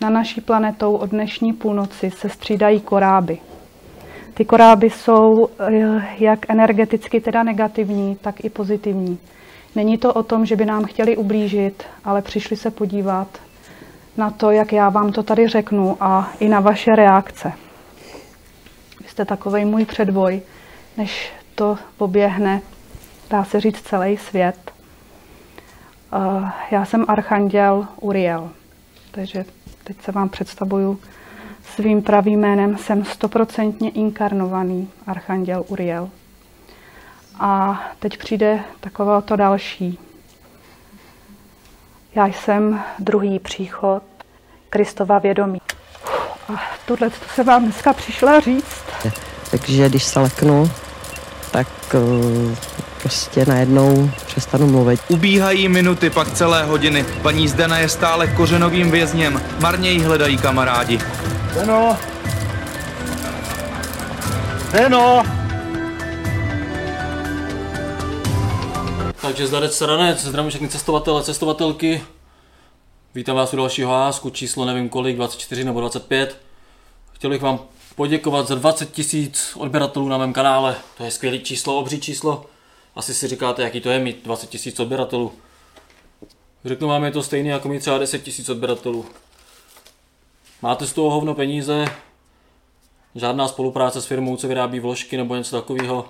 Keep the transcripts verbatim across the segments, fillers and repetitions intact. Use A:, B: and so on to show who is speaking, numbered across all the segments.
A: Na naší planetou od dnešní půlnoci se střídají koráby. Ty koráby jsou jak energeticky teda negativní, tak i pozitivní. Není to o tom, že by nám chtěli ublížit, ale přišli se podívat na to, jak já vám to tady řeknu a i na vaše reakce. Vy jste takovej můj předvoj, než to poběhne, dá se říct, celý svět. Já jsem archanděl Uriel, takže teď se vám představuju svým pravým jménem. Jsem stoprocentně inkarnovaný archanděl Uriel. A teď přijde takové to další. Já jsem druhý příchod Kristova vědomí. A tohle se vám dneska přišla říct.
B: Takže když se leknu, tak uh, prostě najednou přestanu mluvit.
C: Ubíhají minuty, pak celé hodiny. Paní Zdena je stále kořenovým vězněm. Marně jí hledají kamarádi.
D: Zdeno! Zdeno!
E: Takže zdarec Saranec, zdravím všechny cestovatele, cestovatelky. Vítám vás u dalšího házku, číslo nevím kolik, dvacet čtyři nebo dvacet pět. Chtěl bych vám poděkovat za dvacet tisíc odběratelů na mém kanále. To je skvělé číslo, obří číslo. Asi si říkáte, jaký to je mít dvacet tisíc odběratelů. Řeknu vám, je to stejné jako mít třeba deset tisíc odběratelů. Máte z toho hovno peníze, žádná spolupráce s firmou, co vyrábí vložky nebo něco takového.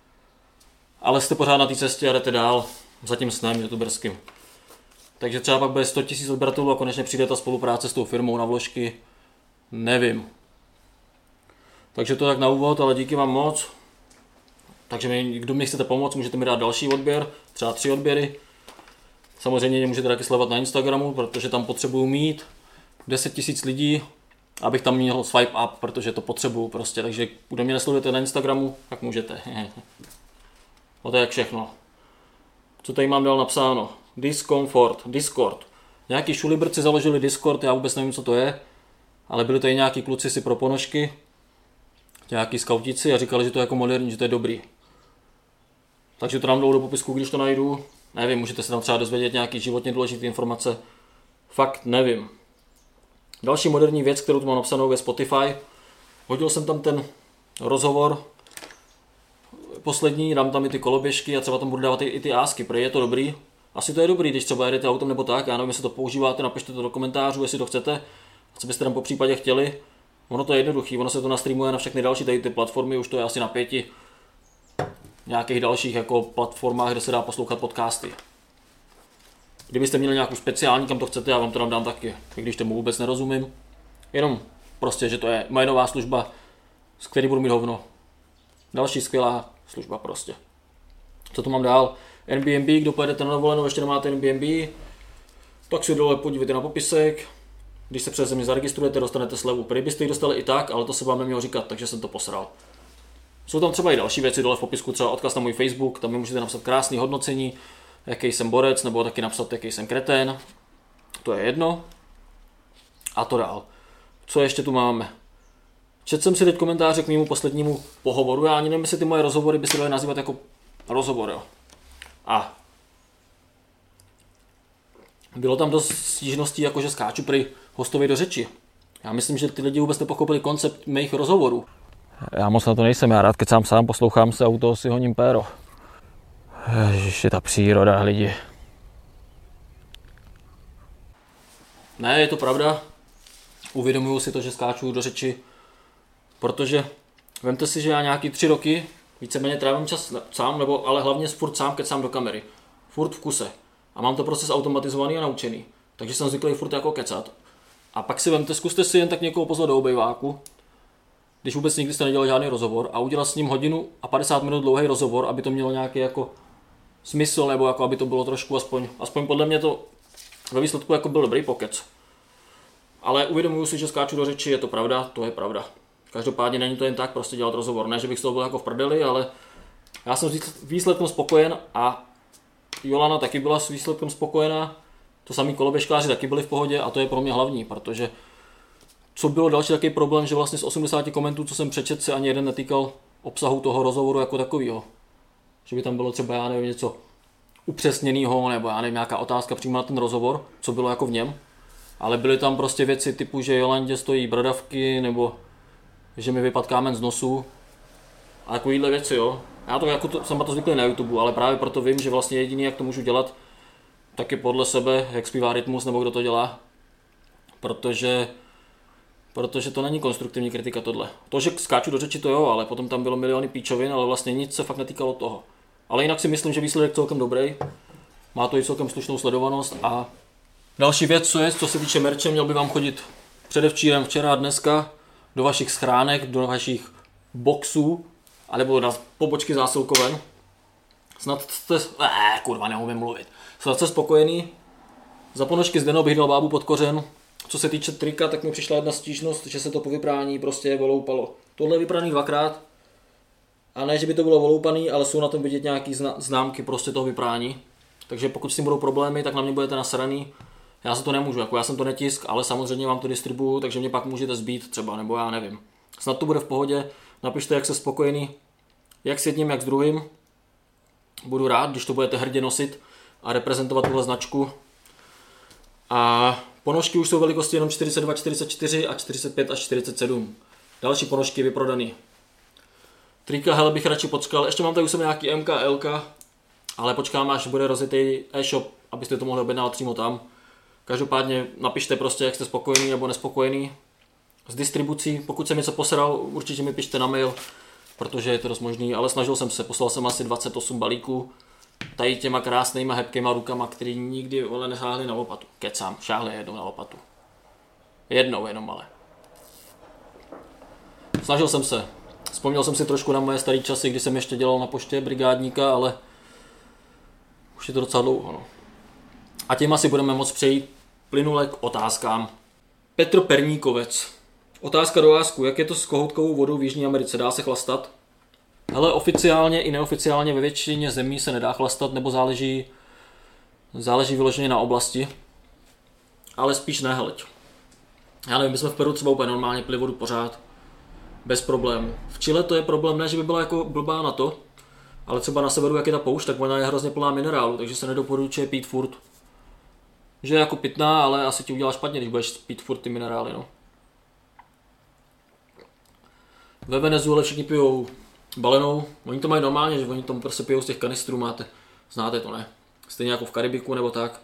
E: Ale jste pořád na té cestě a jdete dál za tím snem youtuberským. Takže třeba pak bude sto tisíc odběratelů a konečně přijde ta spolupráce s tou firmou na vložky. Nevím. Takže to tak na úvod, ale díky vám moc. Takže mi, kdo mi chcete pomoct, můžete mi dát další odběr, třeba tři odběry. Samozřejmě mě můžete taky sledovat na Instagramu, protože tam potřebuju mít deset tisíc lidí, abych tam měl swipe up, protože to potřebuju prostě. Takže kdo mě nesledujete na Instagramu, tak můžete. No to je jak všechno. Co tady mám dál napsáno? Discomfort, Discord. Nějaký šulibrci založili Discord, já vůbec nevím, co to je, ale byli tady nějaký kluci si pro ponožky, nějaký skautíci a říkali, že to je jako moderní, že to je dobrý. Takže to dám dolů do popisku, když to najdu. Nevím, můžete se tam třeba dozvědět nějaký životně důležité informace. Fakt nevím. Další moderní věc, kterou tu mám napsanou, je Spotify. Hodil jsem tam ten rozhovor poslední, dám tam i ty koloběžky a třeba tam budu dávat i, i ty ásky, protože je to dobrý. Asi to je dobrý, když třeba jedete autem nebo tak, já nevím, jestli to používáte, napište to do komentářů, jestli to chcete, a co byste tam po případě chtěli. Ono to je jednoduchý, ono se to nastreamuje na všechny další tady ty platformy, už to je asi na pěti nějakých dalších jako platformách, kde se dá poslouchat podcasty. Kdybyste měli nějakou speciální, kam to chcete, já vám to tam dám taky, i když tomu vůbec nerozumím. Jenom prostě, že to je moje nová služba, s který budu mít hovno. Další skvělá služba prostě. Co tu mám dál? Airbnb, kdo pojedete na dovolenou, ještě nemáte Airbnb, tak si dole podívejte na popisek. Když se přes mě zaregistrujete, dostanete slevu. Prý byste ji dostali i tak, ale to se vám nemělo říkat, takže jsem to posral. Jsou tam třeba i další věci dole v popisku, třeba odkaz na můj Facebook, tam mi můžete napsat krásné hodnocení, jaký jsem borec, nebo taky napsat, jaký jsem kretén. To je jedno. A to dál. Co ještě tu máme? Četl jsem si teď komentáře k mému poslednímu pohovoru, já ani nevím, jestli ty moje rozhovory by se daly nazývat jako rozhovor, jo. A bylo tam dost stížností, jako že skáču prý hostovi do řeči. Já myslím, že ty lidi vůbec nepochopili koncept mých rozhovorů. Já moc na to nejsem, já rád kecám sám, poslouchám se a u toho si honím péro. Ježiši, ta příroda, lidi. Ne, je to pravda. Uvědomuju si to, že skáču do řeči, protože vemte si, že já nějaký tři roky víceméně trávím čas sám, nebo ale hlavně furt sám kecám do kamery. Furt v kuse. A mám to prostě zautomatizovaný a naučený. Takže jsem zvyklý furt jako kecat. A pak si vemte, zkuste si jen tak někoho pozvat do obejváku, když vůbec nikdy jste nedělali žádný rozhovor, a udělat s ním hodinu a padesát minut dlouhý rozhovor, aby to mělo nějaký jako smysl, nebo jako aby to bylo trošku aspoň, aspoň podle mě to ve výsledku jako byl dobrý pokec. Ale uvědomuju si, že skáču do řeči, je to pravda, to je pravda. Každopádně není to jen tak prostě dělat rozhovor, ne, že bych z toho byl jako v prdeli, ale já jsem s výsledkem spokojen a Jolana taky byla s výsledkem spokojená, to samý koloběžkáři taky byli v pohodě a to je pro mě hlavní, protože co bylo další takový problém, že vlastně z osmdesáti komentů, co jsem přečetl, se ani jeden netýkal obsahu toho rozhovoru jako takového. Že by tam bylo třeba, já nevím, něco upřesněného, nebo já nevím, nějaká otázka přímo na ten rozhovor, co bylo jako v něm. Ale byly tam prostě věci typu, že Jolandě stojí bradavky, nebo že mi vypadl kámen z nosu. A takovýhle věci, jo. Já to jako to, jsem to zvyklý na YouTube, ale právě proto vím, že vlastně jediný, jak to můžu dělat, tak je podle sebe, jak zpívá Rytmus, nebo kdo to dělá. Protože, protože to není konstruktivní kritika tohle. To, že skáču do řeči, to jo, ale potom tam bylo miliony píčovin, ale vlastně nic se fakt netýkalo toho. Ale jinak si myslím, že výsledek celkem dobrý. Má to i celkem slušnou sledovanost a další věc, co je, co se týče merče, měl by vám chodit předevčírem, včera a dneska do vašich schránek, do vašich boxů, anebo na pobočky zásilkoven. Snad jste, eh, kurva, neumím mluvit. Snad jste spokojený. Za ponožky Zdeno bych dal bábu pod kořen. Co se týče trika, tak mi přišla jedna stížnost, že se to po vyprání prostě voloupalo. Tohle je vypraný dvakrát. A ne, že by to bylo voloupaný, ale jsou na tom vidět nějaký známky prostě toho vyprání. Takže pokud s tím budou problémy, tak na mě budete nasraný. Já se to nemůžu, jako já jsem to netisk, ale samozřejmě vám to distribuju, takže mě pak můžete zbít třeba, nebo já nevím. Snad to bude v pohodě. Napište, jak jste spokojený, jak s jedním, jak s druhým. Budu rád, když to budete hrdě nosit a reprezentovat tuhle značku. A ponožky už jsou velikosti jenom čtyřicet dva, čtyřicet čtyři a čtyřicet pět až čtyřicet sedm. Další ponožky vyprodaný. Trika, hele, bych radši počkal. Ještě mám tady už jsem nějaký M K, L K, ale počkám, až bude rozjetý e-shop, abyste to mohli objednávat přímo tam. Každopádně napište prostě, jak jste spokojený nebo nespokojený s distribucí. Pokud jsem něco posral, určitě mi pište na mail, protože je to dost možný, ale snažil jsem se, poslal jsem asi dvacet osm balíků. Tady těma krásnýma hebkýma rukama, který nikdy vole nesáhli na lopatu. Kecám, šáhli jednou na lopatu. Jednou jenom, ale. Snažil jsem se. Vzpomněl jsem si trošku na moje staré časy, kdy jsem ještě dělal na poště brigádníka, ale už je to docela dlouho. No. A tím asi budeme moct přejít plynule k otázkám. Petr Perníkovec. Otázka do Ásku. Jak je to s kohoutkovou vodou v Jižní Americe? Dá se chlastat? Hele, oficiálně i neoficiálně ve většině zemí se nedá chlastat, nebo záleží, záleží vyloženě na oblasti. Ale spíš ne, heleď. Já nevím, my jsme v Peru třeba úplně normálně pili vodu pořád. Bez problémů. V Chile to je problém, ne, že by byla jako blbá na to, ale třeba na severu, jak je ta poušť, tak ona je hrozně plná minerálu, takže se nedoporučuje pít furt. Že je jako pitná, ale asi ti udělá špatně, když budeš pít furt ty minerály, no. Ve Venezuele všichni pijou balenou, oni to mají normálně, že oni tam prostě pijou z těch kanistrů, máte, znáte to, ne? Stejně jako v Karibiku nebo tak.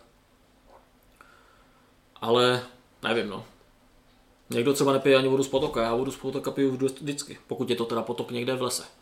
E: Ale nevím, no. Někdo třeba nepije ani vodu z potoka, já vodu z potoka piju vždycky, pokud je to teda potok někde v lese.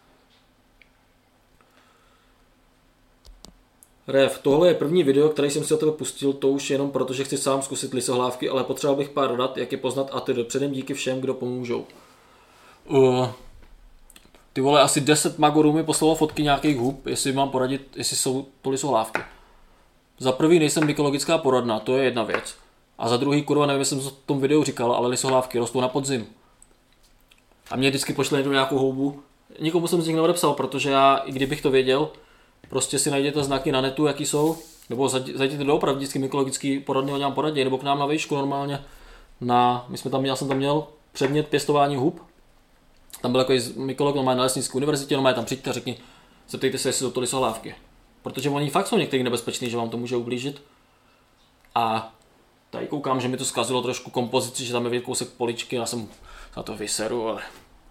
E: Rev, tohle je první video, který jsem si od tebe pustil, to už jenom proto, že chci sám zkusit lisohlávky, ale potřeboval bych pár rad, jak je poznat a tedy předem díky všem, kdo pomůžou. Uh, ty vole, asi deset magorů mi poslalo fotky nějakých hub, jestli mám poradit, jestli jsou to lisohlávky. Za prvý nejsem mykologická poradna, to je jedna věc. A za druhý, kurva, nevím, jestli jsem v tom videu říkal, ale lisohlávky rostou na podzim. A mě vždycky pošle někdo nějakou houbu. Nikomu jsem z nich neodepsal, protože já, i kdybych to věděl, prostě si najděte znaky na netu, jaký jsou, nebo zajděte do opravdu vždycky mykologický poradny, oni nám poradí, nebo k nám na výšku normálně. Na, my jsme tam, já jsem tam měl předmět pěstování hub. Tam byl takový mykolog, on má na Lesnické univerzitě, on má tam přijďte a řekni, zeptejte se, jestli jsou to lisohlávky. Protože oni fakt jsou některý nebezpečný, že vám to může ublížit. A tady koukám, že mi to zkazilo trošku kompozici, že tam je kousek poličky, já jsem na to vyseru, ale...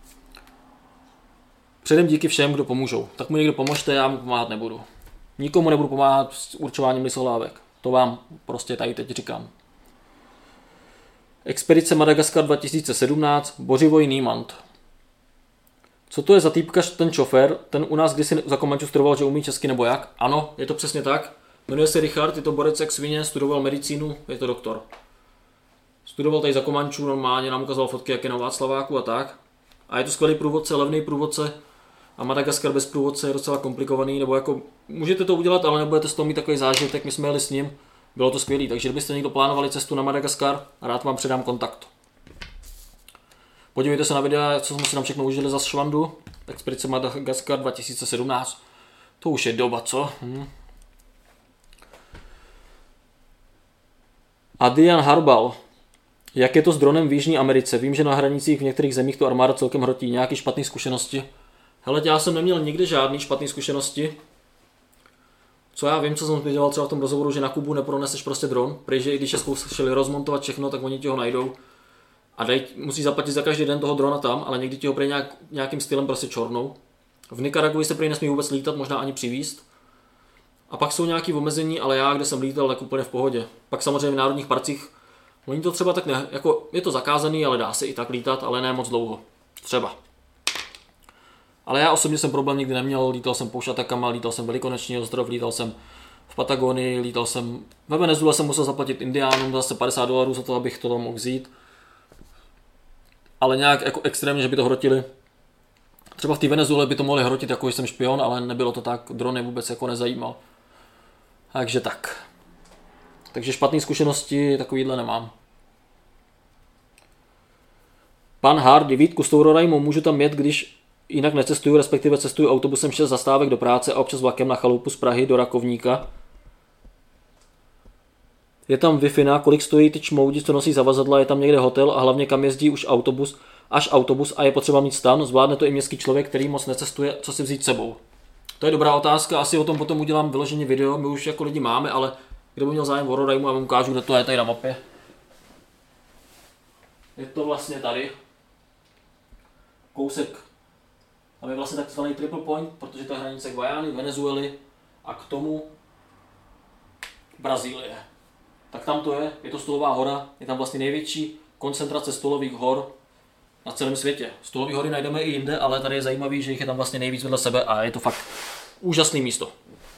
E: Předem díky všem, kdo pomůžou. Tak mu někdo pomožte, já mu pomáhat nebudu. Nikomu nebudu pomáhat s určováním lisohlávek. To vám prostě tady teď říkám. Expedice Madagaskar dva tisíce sedmnáct, Bořivoj Niemand. Co to je za týpka, ten šofér? Ten u nás kdysi za Komančů studoval, že umí česky nebo jak? Ano, je to přesně tak. Jmenuje se Richard, je to borec jak svině, studoval medicínu, je to doktor. Studoval tady za Komančů, normálně nám ukazoval fotky, jak je na Václaváku a tak. A je to skvělý průvodce, levný průvodce. A Madagaskar bez průvodce je docela komplikovaný, nebo jako můžete to udělat, ale nebudete z toho mít takový zážitek, my jsme jeli s ním, bylo to skvělý, takže kdybyste někdo plánovali cestu na Madagaskar, rád vám předám kontakt. Podívejte se na videa, co jsme si tam všechno užili za švandu, Expedice Madagaskar dva tisíce sedmnáct, to už je doba, co? Hm. Adrian Harbal. Jak je to s dronem v Jižní Americe? Vím, že na hranicích v některých zemích to armáda celkem hrotí. Nějaké špatné zkušenosti? Hele, já jsem neměl nikdy žádný špatné zkušenosti. co já vím, co jsem viděl třeba v tom rozhovoru, že na Kubu neproneseš prostě dron, protože i když je zkoušeli rozmontovat všechno, tak oni ti ho najdou. A dej, musí zaplatit za každý den toho drona tam, ale někdy ti ho prej nějak, nějakým stylem prostě čornou. V Nikaragui se prej nesmí vůbec lítat, možná ani přivízt. A pak jsou nějaké omezení, ale já, kde jsem lítal, tak úplně v pohodě. Pak samozřejmě v národních parcích, oni to třeba tak ne, jako je to zakázaný, ale dá se i tak lítat, ale ne moc dlouho. Třeba. Ale já osobně jsem problém nikdy neměl, lítal jsem poušťatakama, lítal jsem Velikonoční ostrov, lítal jsem v Patagonii, lítal jsem, ve Venezuele jsem musel zaplatit Indiánům zase padesát dolarů za to, abych to tam mohl vzít. Ale nějak jako extrémně, že by to hrotili. Třeba v té Venezuele by to mohli hrotit, jako že jsem špion, ale nebylo to tak, drony vůbec jako nezajímal. Takže tak. Takže špatné zkušenosti takovýhle nemám. Pan Hardy, Vítku, s tou Rorajmou můžu tam jet, když jinak necestuju, respektive cestuju autobusem šest zastávek do práce a občas vlakem na chalupu z Prahy do Rakovníka. Je tam Wi-Fi, kolik stojí ty čmoudi, co nosí zavazadla, je tam někde hotel a hlavně kam jezdí už autobus, až autobus a je potřeba mít stan, zvládne to i městský člověk, který moc necestuje, co si vzít sebou. To je dobrá otázka, asi o tom potom udělám vyloženě video, my už jako lidi máme, ale kdo by měl zájem o Rorajmu, já vám ukážu, kde to je tady na mapě. Je to vlastně tady. Kousek. Tam je vlastně takzvaný triple point, protože to je hranice Guajány, Venezuely a k tomu Brazílie. Tak tam to je, je to Stolová hora, je tam vlastně největší koncentrace stolových hor na celém světě. Stolové hory najdeme i jinde, ale tady je zajímavý, že jich je tam vlastně nejvíc vedle sebe a je to fakt úžasné místo.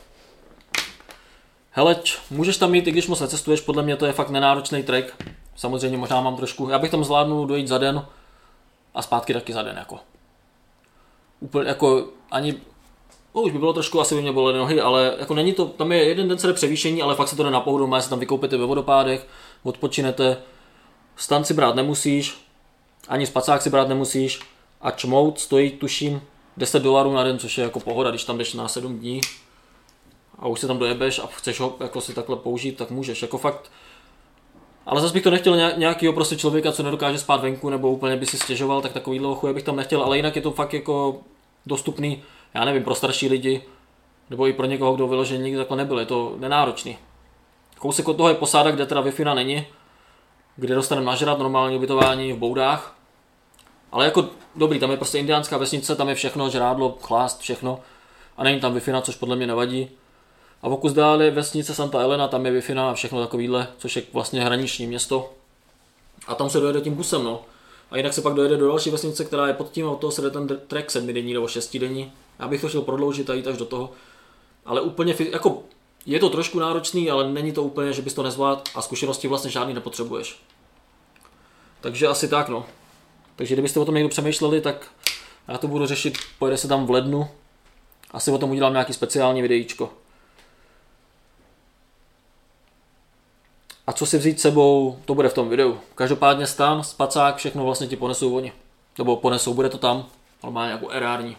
E: Heleč, můžeš tam jít, i když moc necestuješ, podle mě to je fakt nenáročný trek. Samozřejmě možná mám trošku, já bych tam zvládnul dojít za den a zpátky taky za den jako. Úplně jako ani, no už by bylo trošku, asi by mě bolely nohy, ale jako není to, tam je jeden den se jde převýšení, ale fakt se to jde na pohodu, má se tam vykoupíte ve vodopádech, odpočinete, stan si brát nemusíš, ani spacák si brát nemusíš a čmout stojí tuším deset dolarů na den, což je jako pohoda, když tam jdeš na sedm dní a už se tam dojebeš a chceš ho jako si takhle použít, tak můžeš, jako fakt. Ale zase bych to nechtěl nějakýho prostě člověka, co nedokáže spát venku nebo úplně by si stěžoval, tak takovýhle chuje bych tam nechtěl, ale jinak je to fakt jako dostupný, já nevím, pro starší lidi, nebo i pro někoho, kdo vyloženě nikdy takhle nebyl, je to nenáročný. Kousek od toho je posádka, kde teda Wi-Fi není, kde dostaneme nažrat normální ubytování v boudách, ale jako dobrý, tam je prostě indiánská vesnice, tam je všechno, žrádlo, chlást, všechno a není tam Wi-Fi, což podle mě nevadí. A v okus dál je vesnice Santa Elena, tam je Wi-Fi a všechno takovýhle, což je vlastně hraniční město. A tam se dojede tím busem, no. A jinak se pak dojede do další vesnice, která je pod tím a od toho se jde ten trek sedmidenní nebo šestidenní. Já bych to chtěl prodloužit a jít až do toho. Ale úplně, jako je to trošku náročný, ale není to úplně, že bys to nezvládl a zkušenosti vlastně žádný nepotřebuješ. Takže asi tak, no. Takže kdybyste o tom někdo přemýšleli, tak já to budu řešit, pojede se tam v lednu. Asi o tom udělám nějaký speciální videíčko. A co si vzít sebou, to bude v tom videu. Každopádně stan, spacák, všechno vlastně ti ponesou oni. Nebo ponesou, bude to tam, ale má nějakou erární.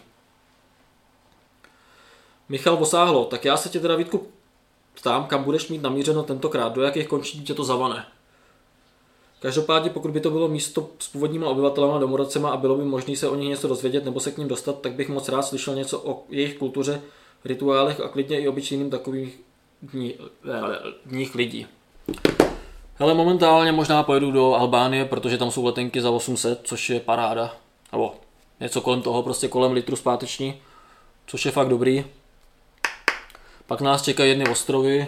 E: Michal Vosáhlo, tak já se tě teda, Vítku, ptám, kam budeš mít namířeno tentokrát, do jakých končí tě to zavane. Každopádně, pokud by to bylo místo s původníma obyvatelama, domorodcema a bylo by možné se o nich něco dozvědět nebo se k ním dostat, tak bych moc rád slyšel něco o jejich kultuře, rituálech a klidně i obyčejným takových dní, dních lidí. Hele, momentálně možná pojedu do Albánie, protože tam jsou letenky za osm set, což je paráda. Nebo něco kolem toho, prostě kolem litru zpáteční, což je fakt dobrý. Pak nás čekají jedny ostrovy.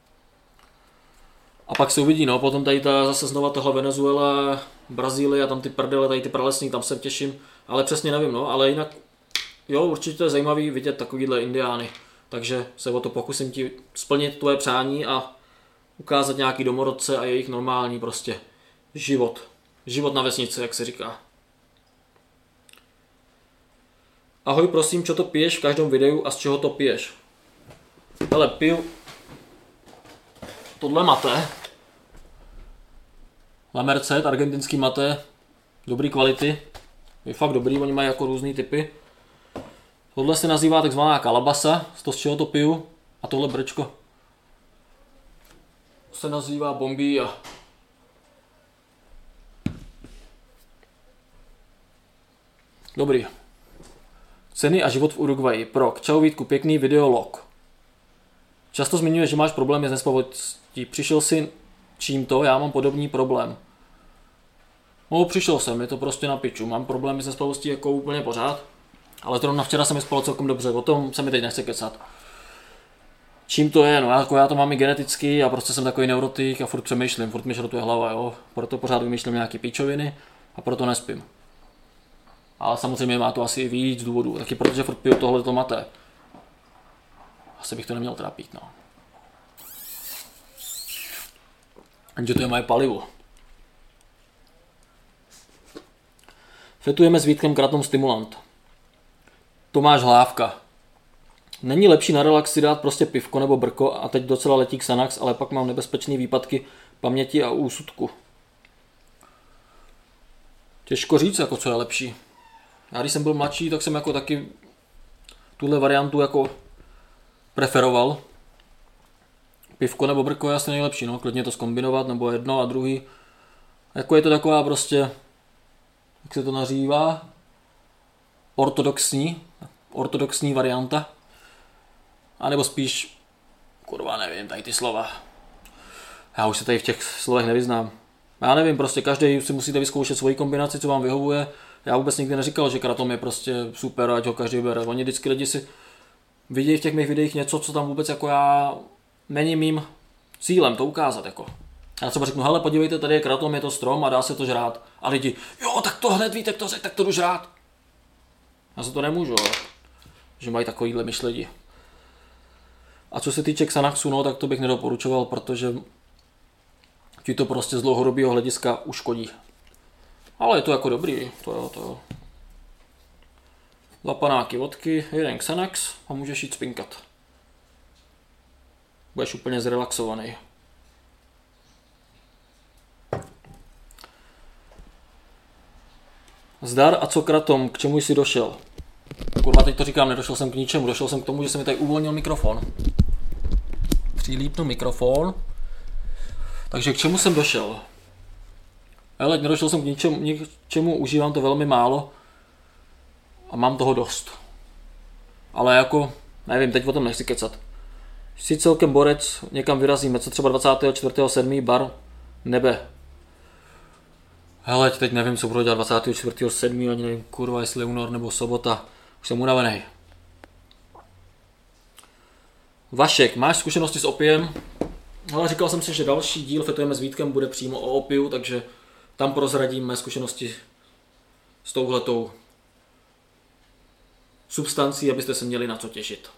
E: A pak se uvidí, no, potom tady ta zase znova tohle Venezuela, Brazílie a tam ty prdele, tady ty pralesní, tam se těším, ale přesně nevím, no, ale jinak, jo, určitě to je zajímavý vidět takovýhle indiány, takže se o to pokusím ti splnit tvoje přání a ukázat nějaký domorodce a jejich normální prostě život, život na vesnici, jak se říká. Ahoj, prosím, čo to piješ v každém videu a z čeho to piješ? Hele, piju tohle mate, La Merced, argentinský mate, dobrý kvality, je fakt dobrý, oni mají jako různý typy. Tohle se nazývá takzvaná kalabasa, z toho z čeho to piju, a tohle brčko se nazývá Bombilla. Dobrý. Ceny a život v Uruguayi. Prok. Čau Vítku, pěkný videolog. Často zmiňuješ, že máš problémy s nespavostí. Přišel jsi čím to? Já mám podobný problém. No, přišel jsem, je to prostě na piču. Mám problémy s nespavostí jako úplně pořád. Ale zrovna včera jsem mi spal celkem dobře, o tom se mi teď nechce kecat. Čím to je? No jako já to mám i geneticky a prostě jsem takový neurotik a furt přemýšlím, furt mi šrotuje hlava, jo. Proto pořád vymýšlím nějaký píčoviny a proto nespím. Ale samozřejmě má to asi víc důvodů, taky protože furt piju tohle to maté. Asi bych to neměl trápit, no. Takže to je moje palivo. Fetujeme s Vítkem Kratom stimulant. Tomáš Hlávka. Není lepší na relax si dát prostě pivko nebo brko a teď docela letí Xanax, ale pak mám nebezpečné výpadky paměti a úsudku. Těžko říct, jako co je lepší. Já když jsem byl mladší, tak jsem jako taky tuhle variantu jako preferoval. Pivko nebo brko je asi nejlepší, no, klidně to zkombinovat, nebo jedno a druhý. Jako je to taková prostě, jak se to nazývá, ortodoxní, ortodoxní varianta. A nebo spíš, kurva nevím, tady ty slova. Já už se tady v těch slovech nevyznám. Já nevím, prostě každý si musíte vyzkoušet svoji kombinaci, co vám vyhovuje. Já vůbec nikdy neříkal, že kratom je prostě super, ať ho každý bere. Oni vždycky lidi si vidějí v těch mých videích něco, co tam vůbec jako já není mým cílem to ukázat. Jako. Já třeba řeknu, hele, podívejte, tady je kratom, je to strom a dá se to žrát. A lidi, jo, tak to hned víte, to řekl, tak to jdu žrát. Já se to nemůžu, jo. Že mají takovýhle myšlení. A co se týče Xanaxu, no, tak to bych nedoporučoval, protože ti to prostě z dlouhodobého hlediska uškodí. Ale je to jako dobrý, to jo, to jo. Dva panáky vodky, jeden Xanax a můžeš jít spinkat. Budeš úplně zrelaxovaný. Zdar a co kratom, k čemu jsi došel? Kurva, teď to říkám, nedošel jsem k ničemu, došel jsem k tomu, že se mi tady uvolnil mikrofon. Přilípnu mikrofon. Takže k čemu jsem došel? Ale nedošel jsem k ničemu, ničemu, užívám to velmi málo a mám toho dost. Ale jako, nevím, teď o tom nechci kecat. Jsi celkem borec, někam vyrazíme, co třeba dvacátého čtvrtého sedmého bar nebe. Hele, teď nevím, co budu dělat dvacátého čtvrtého sedmého ani nevím, kurva, jestli je únor nebo sobota. Už jsem unavený. Vašek, máš zkušenosti s opiem? Ale říkal jsem si, že další díl Fetujeme s Vítkem bude přímo o opiu, takže tam prozradím mé zkušenosti s touhletou substancí, abyste se měli na co těšit.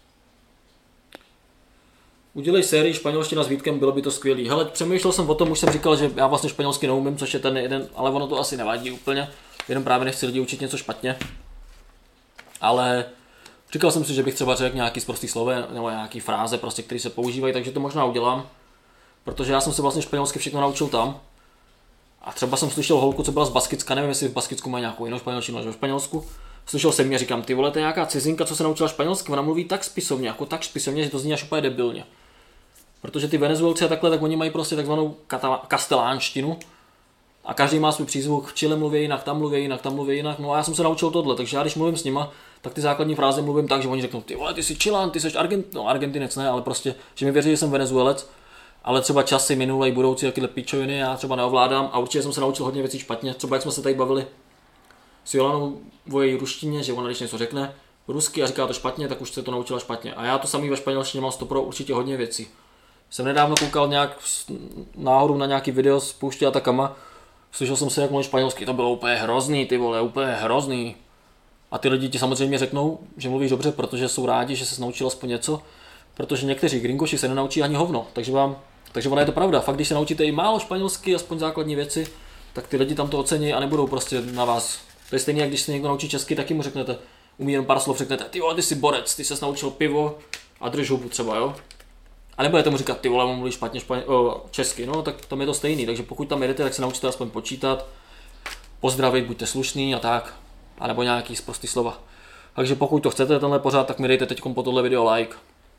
E: Udělej sérii španělština s Vítkem, bylo by to skvělý. Hele, přemýšlel jsem o tom, už jsem říkal, že já vlastně španělsky neumím, což je ten jeden, ale ono to asi nevadí úplně. Jenom právě nechci lidi učit něco špatně. Ale říkal jsem si, že bych třeba řekl nějaký sprostý slovo nebo nějaký fráze, prostě, které se používají, takže to možná udělám. Protože já jsem se vlastně španělsky všechno naučil tam. A třeba jsem slyšel holku, co byla z Baskicka, nevím, jestli v Baskicku má nějakou jinou španělštinu, že v Španělsku. Slyšel jsem mě, říkám, ty vole, to je nějaká cizinka, co se naučila španělsky, ona mluví tak spisovně, jako tak spisovně, že to zní až úplně debilně. Protože ty Venezuelci a takhle, tak oni mají prostě takzvanou kastelánštinu. A každý má svůj přízvuk, v Chile mluví jinak, tam mluví jinak, tam mluví jinak. No a já jsem se naučil tohle, takže já když mluvím s nima, tak ty základní fráze mluvím tak, že oni řeknou, ty vole, ty jsi Čilán, ty jsi Argent, no, Argentinec ne, ale prostě, že mi věří, že jsem Venezuelec, ale třeba časy minulé, budoucí, takyhle pičoviny já třeba neovládám a určitě jsem se naučil hodně věcí špatně. Třeba jak jsme se tady bavili s Jolanou o její ruštině, že ona když něco řekne rusky a říká to špatně, tak už se to naučila špatně. A já to samý ve španělštině mám stopro určitě hodně věcí. Jsem nedávno koukal nějak náhodou na nějaký video z Pouště Atakama, slyšel jsem se, jak mluvím španělsky, to bylo úplně hrozný, ty vole, úplně hrozný. A ty lidi ti samozřejmě řeknou, že mluvíš dobře, protože jsou rádi, že se naučil aspoň něco, protože někteří gringoši se nenaučí ani hovno, takže vám, takže ona je to pravda. Fakt, když se naučíte i málo španělsky, aspoň základní věci, tak ty lidi tam to ocení a nebudou prostě na vás. To je stejně, jak když se někdo naučí česky, taky mu řeknete, umí jen pár slov, řeknete, ty vole, ty jsi borec, ty ses naučil pivo a drž hubu třeba, jo. A nebudete mu říkat, ty vole, on mluví špatně španě, o, česky, no tak tam je to stejný, takže pokud tam jedete, tak se naučíte aspoň počítat, pozdravit, buďte slušný a tak, anebo nějaký sprostý slova. Takže pokud to chcete tenhle pořád, tak mi dejte teď po tohle video like.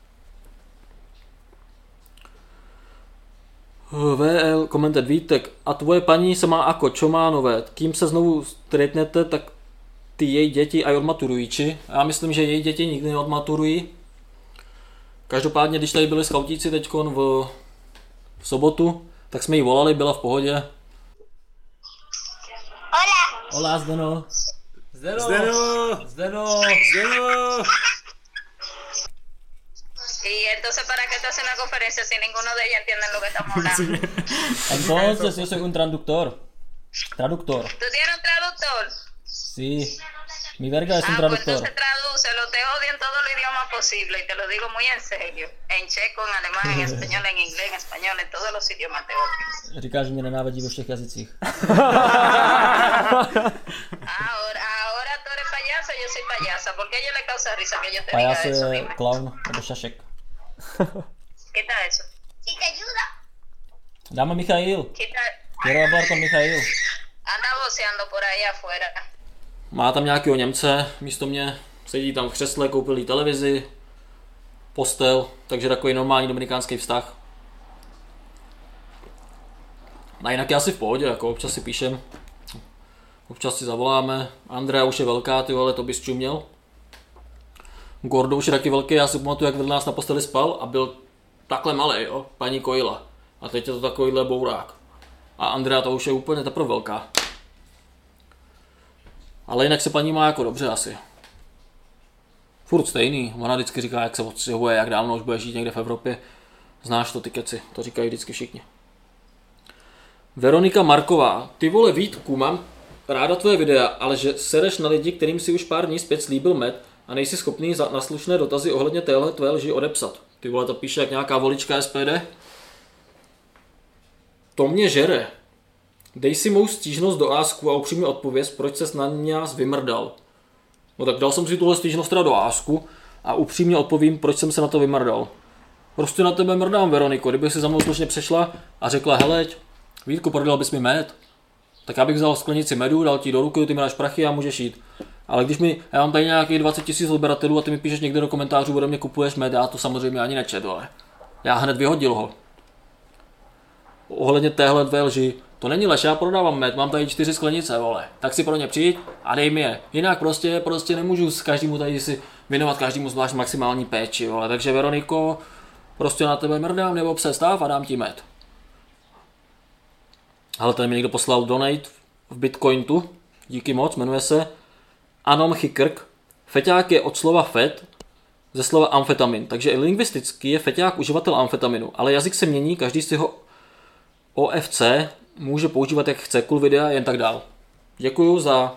E: V L komentet Vítek, a tvoje paní se má ako, čo má nové, kým se znovu stretnete, tak ty její děti aj odmaturují, či? Já myslím, že její děti nikdy neodmaturují. Každopádně, když tady byli skautíci teďkon v, v sobotu, tak jsme jí volali, byla v pohodě.
F: Hola.
E: Hola, Zdeno.
D: Zdeno! Zdeno!
E: Zdeno.
D: Zdeno!
F: Y entonces, ¿para qué estás haciendo una conferencia si ninguno de ellos entiende lo que estamos hablando?
E: Entonces, yo soy un traductor. Traductor.
F: ¿Tú tienes un traductor?
E: Sí. Mi verga es un
F: Ah, pues
E: traductor.
F: entonces tradúcelo, te odio en todos los idiomas posibles y te lo digo muy en serio. En checo, en alemán, en español, en inglés, en español, en todos los idiomas te odio.
E: Říká, že mě nenávidí ve všech jazycích.
F: Ahora, ahora tú eres payaso, yo soy payasa. ¿Por qué a ellos le causa risa que yo te
E: Pajas
F: diga eso?
E: je
F: Dime.
E: clown nebo šašek.
F: Quita eso. Si te ayuda.
E: Dáme Michail.
F: Quita.
E: Quiero hablar con Michail.
F: Anda voceando por ahí afuera.
E: Má tam nějakého Němce místo mě. Sedí tam v křesle, koupil jí televizi, postel, takže takový normální dominikánský vztah. A jinak je asi v pohodě, jako občas si píšem. Občas si zavoláme. Andrea už je velká, ty vole, to bys čuměl. Gordo už je taky velký, já si pamatuju, jak vedle nás na posteli spal a byl takhle malý, jo, paní Kojila. A teď je to takovýhle bourák. A Andrea to už je úplně teprve velká. Ale jinak se paní má jako dobře asi. Furt stejný, ona vždycky říká, jak se odstěhuje, jak dávno už bude žít někde v Evropě. Znáš to, ty keci, to říkají vždycky všichni. Veronika Marková, ty vole Vítku, mám ráda tvoje videa, ale že sereš na lidi, kterým si už pár dní zpět slíbil med a nejsi schopný na slušné dotazy ohledně téhle tvé lži odepsat. Ty vole, to píše jak nějaká volička S P D. To mě žere. Dej si mou stížnost do Ásku a upřímně odpověz, proč ses na nás vymrdal. No tak dal jsem si tuhle stížnost teda do Ásku a upřímně odpovím, proč jsem se na to vymrdal. Prostě na tebe mrdám, Veroniko, kdybych si za mnou slušně přešla a řekla, heleď, Vítku, prodal bys mi med, tak já bych vzal sklenici medu, dal ti do ruky, ty mi dáš prachy a můžeš jít. Ale když mi, já mám tady nějakých dvacet tisíc odběratelů a ty mi píšeš někde do komentářů, ode mě kupuješ med, já to samozřejmě ani nečet, ale já hned vyhodil ho. Ohledně téhle dvě lži, to není lež, já prodávám med, mám tady čtyři sklenice, vole, tak si pro ně přijď a dej mi je. Jinak prostě, prostě nemůžu s každému tady si věnovat každému zvlášť maximální péči, vole, takže Veroniko, prostě na tebe mrdám nebo přestav a dám ti med. Ale tady mi někdo poslal donate v Bitcoinu, díky moc, jmenuje se Anom Chikrk. Feťák je od slova fet, ze slova amfetamin, takže lingvisticky je feťák uživatel amfetaminu, ale jazyk se mění, každý si ho O F C může používat jak chce, cool videa, jen tak dál. Děkuju za,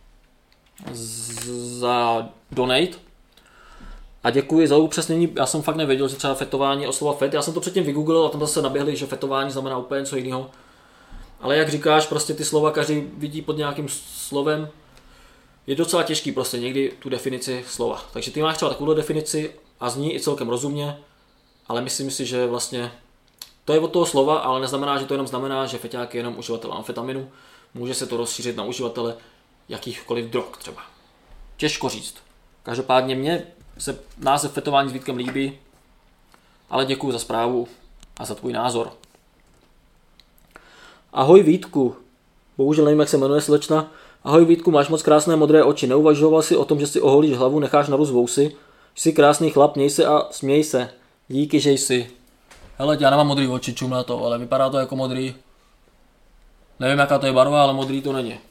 E: za donate a děkuji za upřesnění, já jsem fakt nevěděl, že třeba fetování od slova fet, já jsem to předtím vygooglil a tam zase naběhli, že fetování znamená úplně něco jiného. Ale jak říkáš, prostě ty slova každý vidí pod nějakým slovem, je docela těžký prostě někdy tu definici slova. Takže ty máš třeba takovou definici a zní i celkem rozumně, ale myslím si, že vlastně to je od toho slova, ale neznamená, že to jenom znamená, že feťák je jenom uživatel amfetaminu. Může se to rozšířit na uživatele jakýchkoliv drog třeba. Těžko říct. Každopádně mně se název fetování s Vítkem líbí, ale děkuji za zprávu a za tvůj názor. Ahoj Vítku, bohužel nevím, jak se jmenuje slečna. Ahoj Vítku, máš moc krásné modré oči, neuvažoval jsi o tom, že si oholíš hlavu, necháš narůst vousy? Jsi krásný chlap, měj se a směj se. Díky, že jsi. Hele, já nemám modrý oči, čum na to, ale vypadá to jako modrý. Nevím, jaká to je barva, ale modrý to není.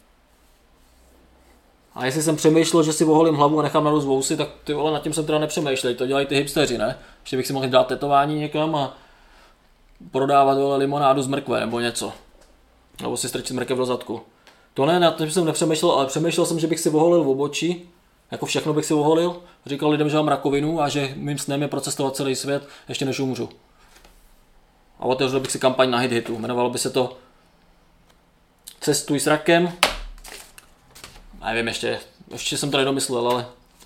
E: A jestli jsem přemýšlel, že si oholím hlavu a nechám narůst vousy, tak ty vole, nad tím jsem teda nepřemýšlel. To dělají ty hipsteři, ne? Ještě bych si mohl dát tetování někam a prodávat vole limonádu z mrkve nebo něco. Nebo si strčit mrkev do zadku. To ne, nad tím jsem nepřemýšlel, ale přemýšlel jsem, že bych si oholil v obočí. Jako všechno bych si oholil. Říkal lidem, že mám rakovinu a že mým snem je procestovat celý svět, ještě než umřu. A otevřel bych si kampaň na Hit Hitu. Jmenovalo by se to Cestuj s rakem. Nevím, ještě, ještě jsem to nedomyslel, ale...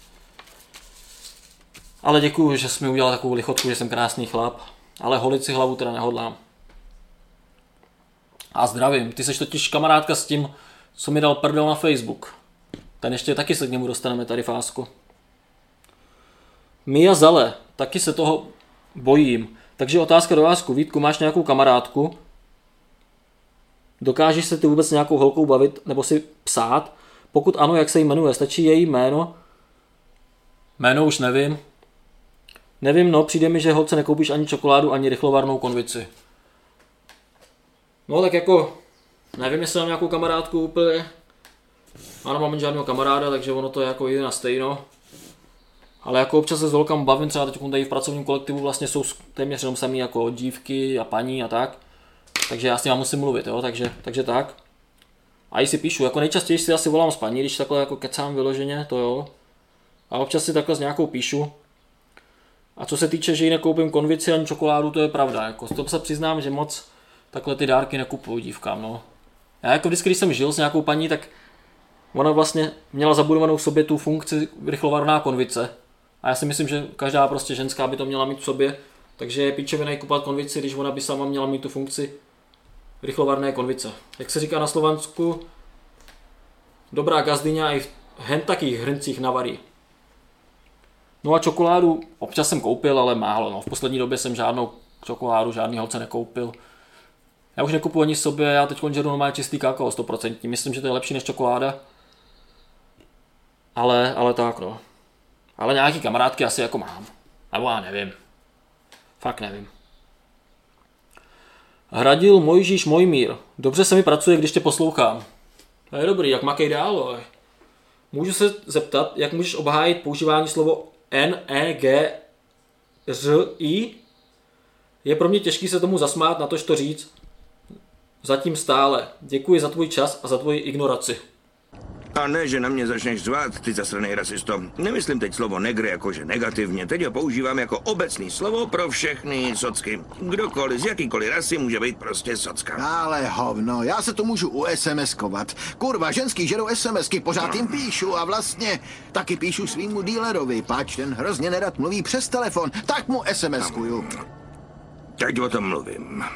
E: Ale děkuju, že jsi mi udělal takovou lichotku, že jsem krásný chlap. Ale holit si hlavu teda nehodlám. A zdravím, ty seš totiž kamarádka s tím, co mi dal prdel na Facebook. Ten ještě taky se k němu dostaneme tady fásku. Mia Zale, taky se toho bojím. Takže otázka do Vásku. Vítku, máš nějakou kamarádku? Dokážeš se ty vůbec nějakou holkou bavit nebo si psát? Pokud ano, jak se jí jmenuje? Stačí její jméno? Jméno už nevím. Nevím, no, přijde mi, že holce nekoupíš ani čokoládu, ani rychlovarnou konvici. No tak jako, nevím, jestli mám nějakou kamarádku úplně. Ano, mám žádného kamaráda, takže ono to je jako jde na stejno. Ale jako občas se s holkama bavím, třeba teď tady v pracovním kolektivu vlastně jsou téměř jenom samý jako dívky a paní a tak. Takže já s nima musím mluvit, jo, takže, takže tak. A i si píšu, jako nejčastěji si asi volám s paní, když takhle jako kecám vyloženě, to jo. A občas si takhle s nějakou píšu. A co se týče, že ji nekoupím konvici ani čokoládu, to je pravda, jako to se přiznám, že moc takhle ty dárky nekupuju dívkám, no. Já jako vždycky, když jsem žil s nějakou paní, tak ona vlastně měla zabudovanou v sobě tu funkci rychlovarná konvice. A já si myslím, že každá prostě ženská by to měla mít v sobě, takže je píčovina kupovat konvici, když ona by sama měla mít tu funkci rychlovarné konvice. Jak se říká na Slovensku, dobrá gazdyňa i v hen takých hrncích navarí. No a čokoládu občas jsem koupil, ale málo. No. V poslední době jsem žádnou čokoládu, žádný holce nekoupil. Já už nekupuji ani sobě, já teď žeru normálně čistý kakao, sto procent. Myslím, že to je lepší než čokoláda. Ale, ale tak no. Ale nějaký kamarádky asi jako mám. Nebo já nevím. Fakt nevím. Hradil Mojžíš Mojmír. Dobře se mi pracuje, když tě poslouchám. To je dobrý, jak makej dál. Můžu se zeptat, jak můžeš obhájit používání slovo N, E, G, R, I? Je pro mě těžký se tomu zasmát, natož to říct. Zatím stále. Děkuji za tvůj čas a za tvoji ignoraci.
G: A ne, že na mě začneš zvát, ty zasranej rasisto. Nemyslím teď slovo negr jakože negativně, teď ho používám jako obecný slovo pro všechny socky. Kdokoliv z jakýkoliv rasy může být prostě socka.
H: Ale hovno, já se to můžu u SMSkovat. Kurva, ženský žerou SMSky, pořád jim píšu a vlastně taky píšu svýmu dílerovi, páč ten hrozně nerad mluví přes telefon, tak mu SMSkuju.
G: Teď o tom mluvím.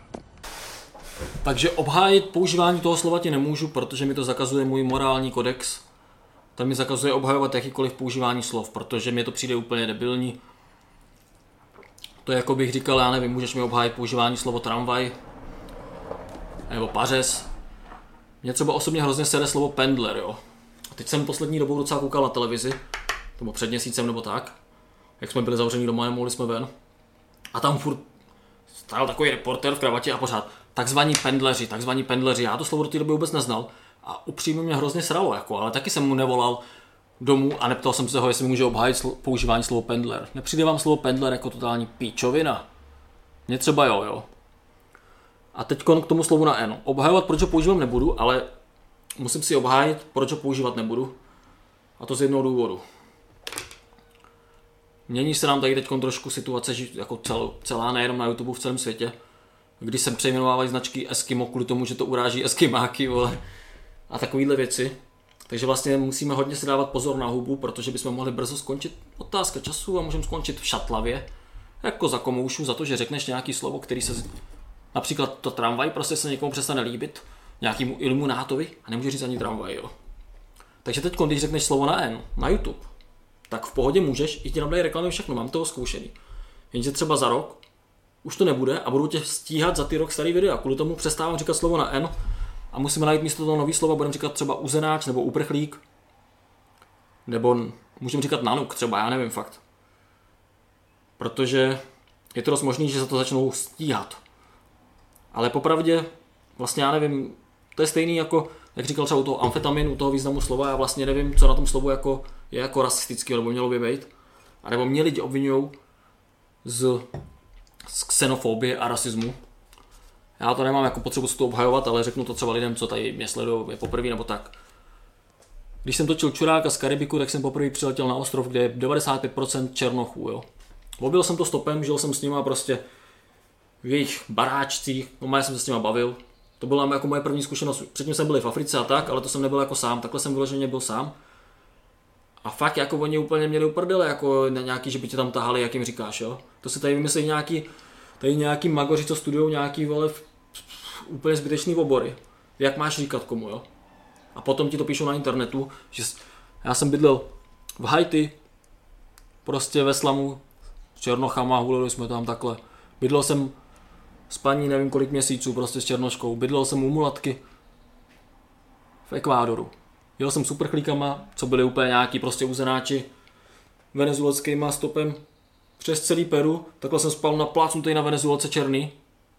E: Takže obhájit používání toho slova ti nemůžu, protože mi to zakazuje můj morální kodex. Tam mi zakazuje obhajovat jakýkoliv používání slov, protože mi to přijde úplně debilní. To je jako bych říkal, já nevím, můžeš mi obhájit používání slovo tramvaj nebo pařez. Mně třeba osobně hrozně sere slovo pendler, jo. A teď jsem poslední dobou docela koukal na televizi, nebo před měsícem nebo tak, jak jsme byli zavření doma, nemohli jsme ven. A tam furt stál takový reporter v kravatě a pořád takzvaní pendleři, takzvaní pendleři. Já to slovo do té doby vůbec neznal a upřímně mě hrozně sralo, jako, ale taky jsem mu nevolal domů a neptal jsem se ho, jestli může obhájit slo- používání slovo pendler. Nepřijde vám slovo pendler jako totální píčovina? Mně třeba jo, jo. A teď k tomu slovu na N. Obhajovat, proč ho používám nebudu, ale musím si obhájit, proč ho používat nebudu. A to z jednoho důvodu. Mění se nám tady teď trošku situace, jako celou, celá, nejenom na YouTube, v celém světě. Když jsem přejmenovával značky Eskimo kvůli tomu, že to uráží Eskimáky, vole, a takovýhle věci. Takže vlastně musíme hodně si dávat pozor na hubu, protože bychom mohli brzo skončit, otázka času, a můžeme skončit v šatlavě. Jako za komoušu, za to, že řekneš nějaký slovo, který se, například to tramvaj, prostě se někomu přestane líbit, nějakému iluminátovi a nemůže říct ani tramvaj, jo. Takže teď, když řekneš slovo na N, na YouTube, tak v pohodě můžeš, i ti nám dají reklamy, všechno, mám toho zkoušený. Jenže třeba za rok už to nebude a budu tě stíhat za ty rok starý videa. Kvůli tomu přestávám říkat slovo na N a musíme najít místo toho nový slova, budeme říkat třeba uzenáč nebo uprchlík. Nebo můžeme říkat nanuk třeba, já nevím fakt. Protože je to dost možný, že se to začnou stíhat. Ale popravdě, vlastně já nevím, to je stejný jako, jak říkal třeba u toho amfetaminu, u toho významu slova, já vlastně nevím, co na tom slovu jako, je jako rasistický, nebo mělo by být. A nebo mě lidi obvinujou z, z xenofobie a rasismu. Já to nemám jako potřebu si to obhajovat, ale řeknu to třeba lidem, co tady mě sledují, je poprvé nebo tak. Když jsem točil Čuráka z Karibiku, tak jsem poprvé přiletěl na ostrov, kde je devadesát pět procent černochů, jo. Objel jsem to stopem, žil jsem s nima prostě v jejich baráčcích, no já jsem se s nima bavil. To byla jako moje první zkušenost. Předtím jsem byl v Africe a tak, ale to jsem nebyl jako sám, takhle jsem vyloženě byl sám. A fakt jako oni úplně měli uprdele, jako na nějaký, že by tě tam tahali, jak jim říkáš, jo. To se tady vymyslí nějaký, tady nějaký magoři, co studujou nějaký, vole, úplně zbytečný obory. Jak máš říkat komu, jo. A potom ti to píšou na internetu, že já jsem bydlel v Haiti, prostě ve slamu, s černochama, hulili jsme tam takhle. Bydlel jsem s paní nevím kolik měsíců, prostě s černoškou. Bydlel jsem u mulatky v Ekvádoru. Jel jsem s uprchlíkama, co byli úplně nějaký prostě uzenáči venezuelskýma stopem. přes celý Peru, takhle jsem spal na plácnutej na Venezuelce černý.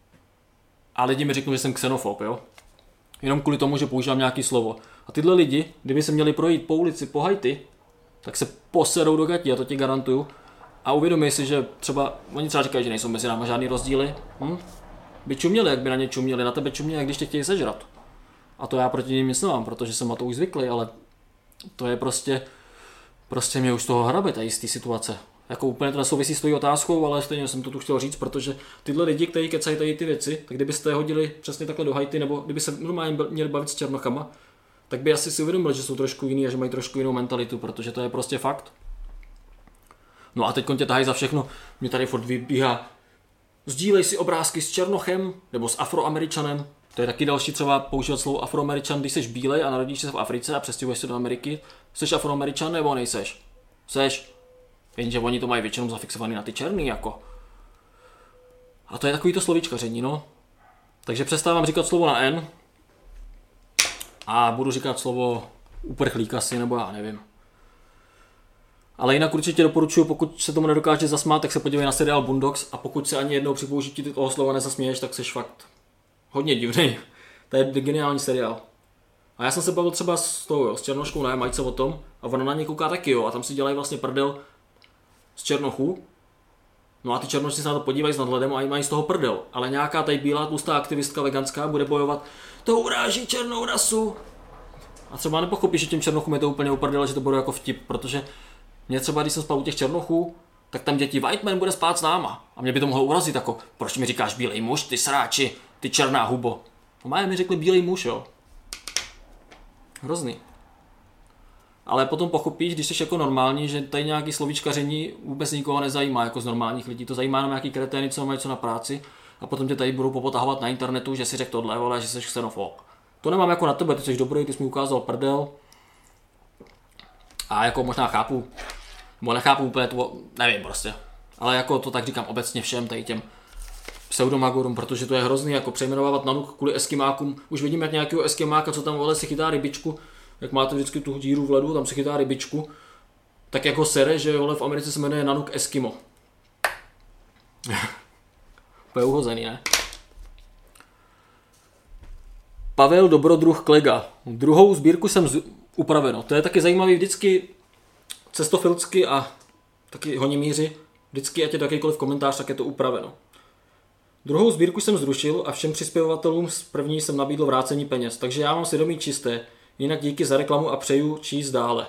E: A lidi mi řeknou, že jsem xenofob, jo. Jenom kvůli tomu, že používám nějaký slovo. A tyhle lidi, kdyby se měli projít po ulici po Haiti, tak se poserou do gatí, já to ti garantuju. A uvědomí si, že třeba, oni třeba říkají, že nejsou mezi námi žádný rozdíly. Hm? By čuměli, jak by na ně čuměli, na tebe čuměli, jak když tě chtějí sežrat. A to já proti nim nic nemám, protože jsem na to už zvyklý, ale to je prostě, prostě mě už z toho hrabe, ta jistý situace. Jako úplně to nesouvisí s tvojí otázkou, ale stejně jsem to tu chtěl říct, protože tyhle lidi, kteří kecají tady ty věci, tak kdybyste je hodili přesně takhle do Haiti, nebo kdyby se normálně měli bavit s černochama, tak by asi si uvědomili, že jsou trošku jiný a že mají trošku jinou mentalitu, protože to je prostě fakt. No a teď tě tahají za všechno, mě tady furt vybíhá, sdílej si obrázky s černochem nebo s Afroameričanem. To je taky další třeba používat slovo Afroameričan, když jsi bílej a narodíš se v Africe a přestěhuješ se do Ameriky. Jsi Afroameričan nebo nejseš? Seš. Jenže oni to mají většinou zafixovaný na ty černý jako. A to je takový to slovíčkaření, no. Takže přestávám říkat slovo na N a budu říkat slovo uprchlík asi, nebo já nevím. Ale jinak určitě doporučuji, pokud se tomu nedokáže zasmát, tak se podívej na seriál Boondocks a pokud se ani jednou při použití toho slova nezasměješ, tak seš fakt hodně divný. To je geniální seriál. A já jsem se bavil třeba s tou, jo, s černoškou na Jamajce o tom a ona na ně kouká taky, jo, a tam si dělají vlastně prdel z černochů. No a ty černoši se na to podívají s nadhledem a mají z toho prdel. Ale nějaká tady bílá tlustá aktivistka veganská bude bojovat, to uráží černou rasu. A třeba nepochopí, že těm černochům je to úplně uprdel, že to bude jako vtip, protože mě třeba, když jsem spal u těch černochů, tak tam děti White Man bude spát s náma. A mě by to mohlo urazit jako, proč mi říkáš bílej muž, ty sráči, ty černá hubo. No mají mi řekli bílej muž, jo. Hrozný. Ale potom pochopíš, když jsi jako normální, že tady nějaký slovíčkaření vůbec nikoho nezajímá jako z normálních lidí. To zajímá jenom nějaký kretény, co mají co na práci a potom tě tady budou popotahovat na internetu, že si řekl tohle, vole, že jsi xenofob. To nemám jako na tebe, ty jsi dobrý, ty jsi mi ukázal prdel. A jako možná chápu, nebo nechápu úplně to, nevím prostě. Ale jako to tak říkám obecně všem tady těm pseudomagorům, protože to je hrozný jako přejmenovávat nanuk kvůli eskimákům. Už vidím jak nějakého eskimáka, co tam vole si chytá rybičku, jak máte vždycky tu díru v ledu, tam si chytá rybičku, tak jako sere, že vole v Americe se jmenuje nanuk Eskimo. To je uhozený, ne? Pavel Dobrodruh Klega. Druhou sbírku jsem z... upraveno. To je taky zajímavý vždycky cestofilsky a taky honimíři. Vždycky, ať je to jakýkoliv komentář, tak je to upraveno. Druhou sbírku jsem zrušil a všem přispěvatelům z první jsem nabídl vrácení peněz, takže já mám svědomí čisté. Jinak díky za reklamu a přeju číst dále.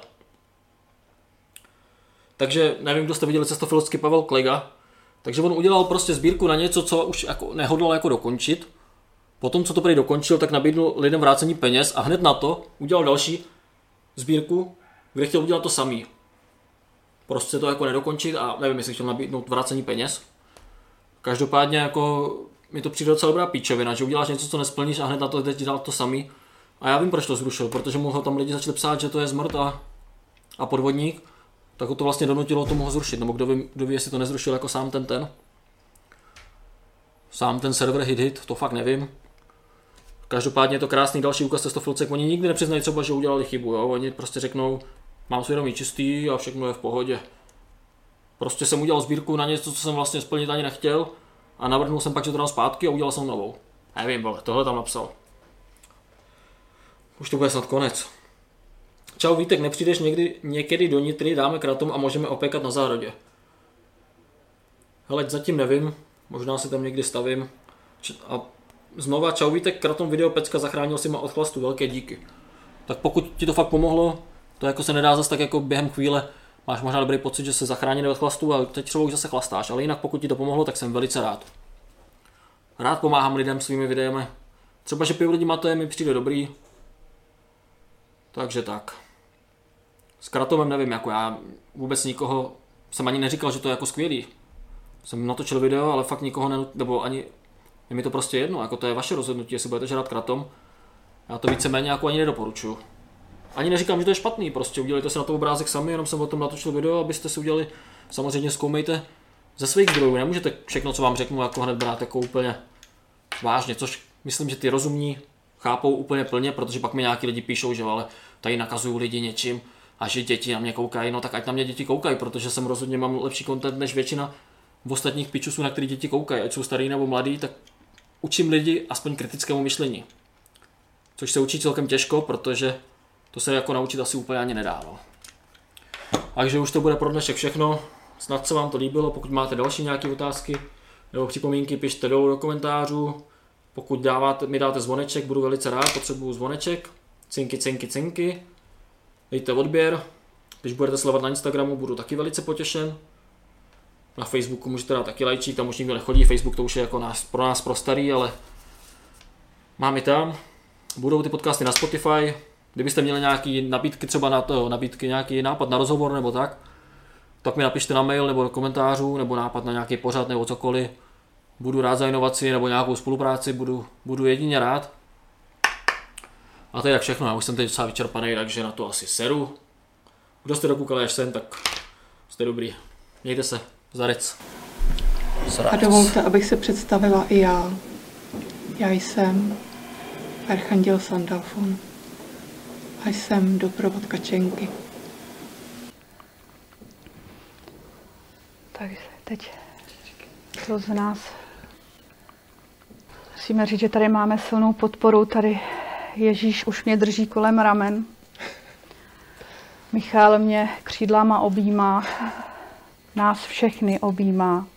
E: Takže nevím, kdo jste viděli cestofilsky Pavel Klega. Takže on udělal prostě sbírku na něco, co už jako nehodlal jako dokončit. Potom, co to prý dokončil, tak nabídl lidem vrácení peněz a hned na to udělal další sbírku, kde chtěl udělat to samý. Prostě to jako nedokončit a nevím, jestli chtěl nabídnout vrácení peněz. Každopádně jako mi to přijde docela dobrá píčovina, že uděláš něco, co nesplníš a hned na to jde ti dát to samý. A já vím, proč to zrušil, protože mu ho tam lidi začali psát, že to je zmrt a, a podvodník. Tak ho to vlastně donutilo tomu ho zrušit, nebo kdo ví, kdo ví, jestli to nezrušil jako sám ten ten. Sám ten server hit hit, to fakt nevím. Každopádně je to krásný další úkaz cestofilcek, oni nikdy nepřiznají třeba, že udělali chybu, jo? Oni prostě řeknou, mám svědomí čistý a všechno je v pohodě. Prostě jsem udělal sbírku na něco, co jsem vlastně splnit ani nechtěl a navrhnul jsem pak, že to dám zpátky a udělal jsem novou. Nevím, vole, tohle tam napsal. Už to bude snad konec. Čau Vítek, nepřijdeš někdy, někdy do Nitry, dáme kratom a můžeme opékat na zahradě. Hele, zatím nevím, možná si tam někdy stavím. A znova, čau Vítek, kratom video pecka, zachránil si ma od chlastu, velké díky. Tak pokud ti to fakt pomohlo, to jako se nedá zase tak jako během chvíle, máš možná dobrý pocit, že se zachránil od chlastu a teď třeba už zase chlastáš, ale jinak pokud ti to pomohlo, tak jsem velice rád. Rád pomáhám lidem svými videemi. Třeba, že piju lidi mate, mi přijde dobrý. Takže tak. S kratomem nevím, jako já vůbec nikoho, jsem ani neříkal, že to je jako skvělý. Jsem natočil video, ale fakt nikoho ne, nebo ani, je mi to prostě jedno, jako to je vaše rozhodnutí, jestli budete žrat kratom. Já to víceméně jako ani nedoporučuju. Ani neříkám, že to je špatný, prostě udělejte si na to obrázek sami, jenom jsem o tom natočil video, abyste si udělali, samozřejmě zkoumejte ze svých zdrojů, nemůžete všechno, co vám řeknu, jako hned brát jako úplně vážně, což myslím, že ty rozumní chápou úplně plně, protože pak mi nějaký lidi píšou, že ale tady nakazují lidi něčím a že děti na mě koukají, no tak ať na mě děti koukají, protože jsem rozhodně mám lepší content než většina ostatních pičusů, na který děti koukají, ať jsou starý nebo mladý, tak učím lidi aspoň kritickému myšlení. Což se učí celkem těžko, protože to se jako naučit asi úplně ani nedá. No. Takže už to bude pro dnešek všechno. Snad se vám to líbilo, pokud máte další nějaké otázky nebo připomínky, pište dolů do komentářů. Pokud dáváte, mi dáte zvoneček, budu velice rád, potřebuju zvoneček. Cinky, cinky, cinky. Dejte odběr. Když budete sledovat na Instagramu, budu taky velice potěšen. Na Facebooku můžete dát taky lajčík, tam už nikdo nechodí, Facebook to už je jako nás, pro nás pro starý, ale mám i tam. Budou ty podcasty na Spotify. Kdybyste měli nějaké nabídky, třeba na to, nabídky, nějaký nápad na rozhovor nebo tak, tak mi napište na mail nebo do komentářů, nebo nápad na nějaký pořad nebo cokoliv. Budu rád za inovaci nebo nějakou spolupráci, budu, budu jedině rád. A to je tak všechno, já už jsem teď docela vyčerpaný, takže na to asi seru. Kdo jste dokoukali až sem, tak jste dobrý. Mějte se, zarec.
I: A dovolte, abych se představila i já. Já jsem Archanděl Sandalfon a jsem doprovod Kačenky.
A: Tak teď to z nás musíme říct, že tady máme silnou podporu. Tady Ježíš už mě drží kolem ramen. Michal mě křídlama objímá, nás všechny objímá.